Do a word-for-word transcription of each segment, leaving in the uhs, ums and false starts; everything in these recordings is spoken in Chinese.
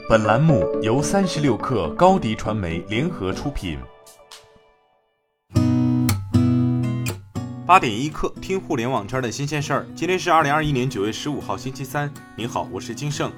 本栏目由三十六氪高迪传媒联合出品。 八点一刻，听互联网圈的新鲜事儿。今天是二零二一年九月十五号，星期三。您好，我是金盛。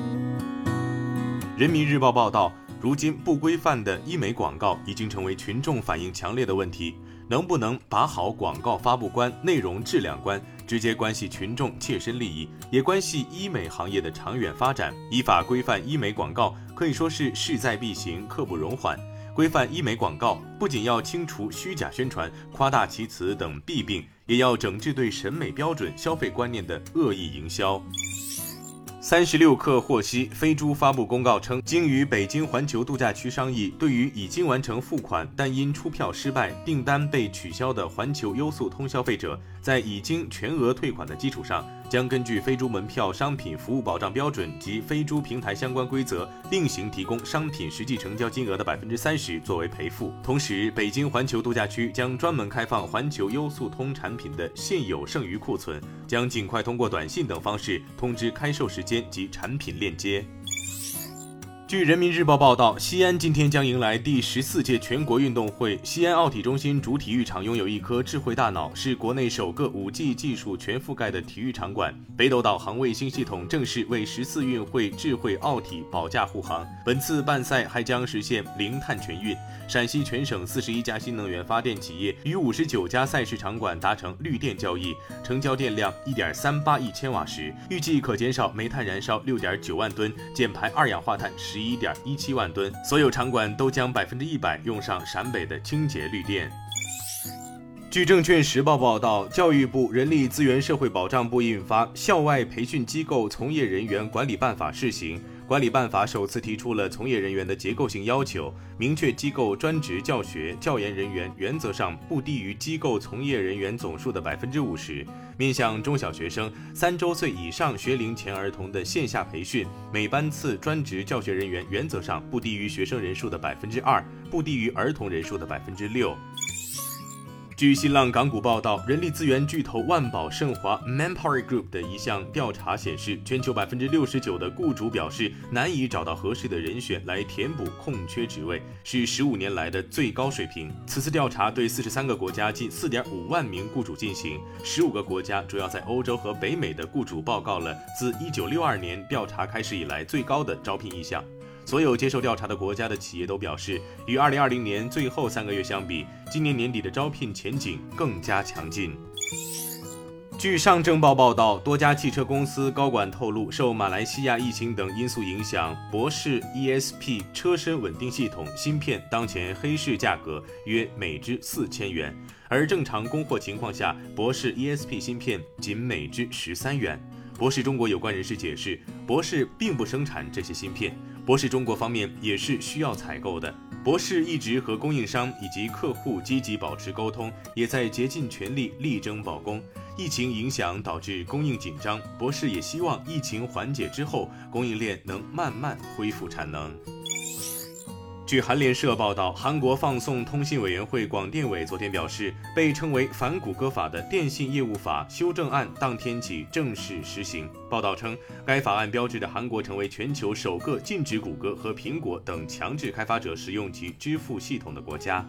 人民日报报道，如今不规范的医美广告已经成为群众反映强烈的问题。能不能把好广告发布关、内容质量关，直接关系群众切身利益，也关系医美行业的长远发展。依法规范医美广告可以说是势在必行，刻不容缓。规范医美广告不仅要清除虚假宣传、夸大其词等弊病，也要整治对审美标准、消费观念的恶意营销。三十六氪获悉，飞猪发布公告称，经与北京环球度假区商议，对于已经完成付款但因出票失败、订单被取消的环球优速通消费者，在已经全额退款的基础上，将根据飞猪门票商品服务保障标准及飞猪平台相关规则，另行提供商品实际成交金额的百分之三十作为赔付。同时，北京环球度假区将专门开放环球优速通产品的现有剩余库存，将尽快通过短信等方式通知开售时间及产品链接。据人民日报报道，西安今天将迎来第十四届全国运动会。西安奥体中心主体育场拥有一颗智慧大脑，是国内首个 五 G 技术全覆盖的体育场馆。北斗导航卫星系统正式为十四运会智慧奥体保驾护航。本次办赛还将实现零碳全运。陕西全省四十一家新能源发电企业与五十九家赛事场馆达成绿电交易，成交电量 一点三八亿千瓦时，预计可减少煤炭燃烧 六点九万吨，减排二氧化碳十一点一七万吨。所有场馆都将百分之一百用上陕北的清洁绿电。据证券时报报道，教育部、人力资源社会保障部印发《校外培训机构从业人员管理办法》试行。管理办法首次提出了从业人员的结构性要求，明确机构专职教学教研人员原则上不低于机构从业人员总数的百分之五十。面向中小学生、三周岁以上学龄前儿童的线下培训，每班次专职教学人员原则上不低于学生人数的百分之二，不低于儿童人数的百分之六。据新浪港股报道，人力资源巨头万宝盛华 Manpower Group 的一项调查显示，全球百分之六十九的雇主表示难以找到合适的人选来填补空缺职位，是十五年来的最高水平。此次调查对四十三个国家近 四点五万名雇主进行，十五个国家主要在欧洲和北美的雇主报告了自一九六二年调查开始以来最高的招聘意向。所有接受调查的国家的企业都表示，与二零二零年最后三个月相比，今年年底的招聘前景更加强劲。据上证报报道，多家汽车公司高管透露，受马来西亚疫情等因素影响，博世 E S P 车身稳定系统芯片当前黑市价格约每只四千元，而正常供货情况下，博世 E S P 芯片仅每只十三元。博世中国有关人士解释，博世并不生产这些芯片，博世中国方面也是需要采购的。博世一直和供应商以及客户积极保持沟通，也在竭尽全力力争保供。疫情影响导致供应紧张，博世也希望疫情缓解之后，供应链能慢慢恢复产能。据韩联社报道，韩国放送通信委员会广电委昨天表示，被称为反谷歌法的电信业务法修正案当天起正式实行。报道称，该法案标志着韩国成为全球首个禁止谷歌和苹果等强制开发者使用其支付系统的国家。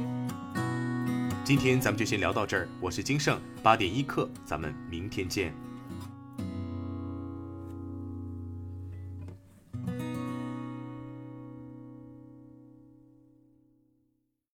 今天咱们就先聊到这儿，我是金盛，八点一刻，咱们明天见。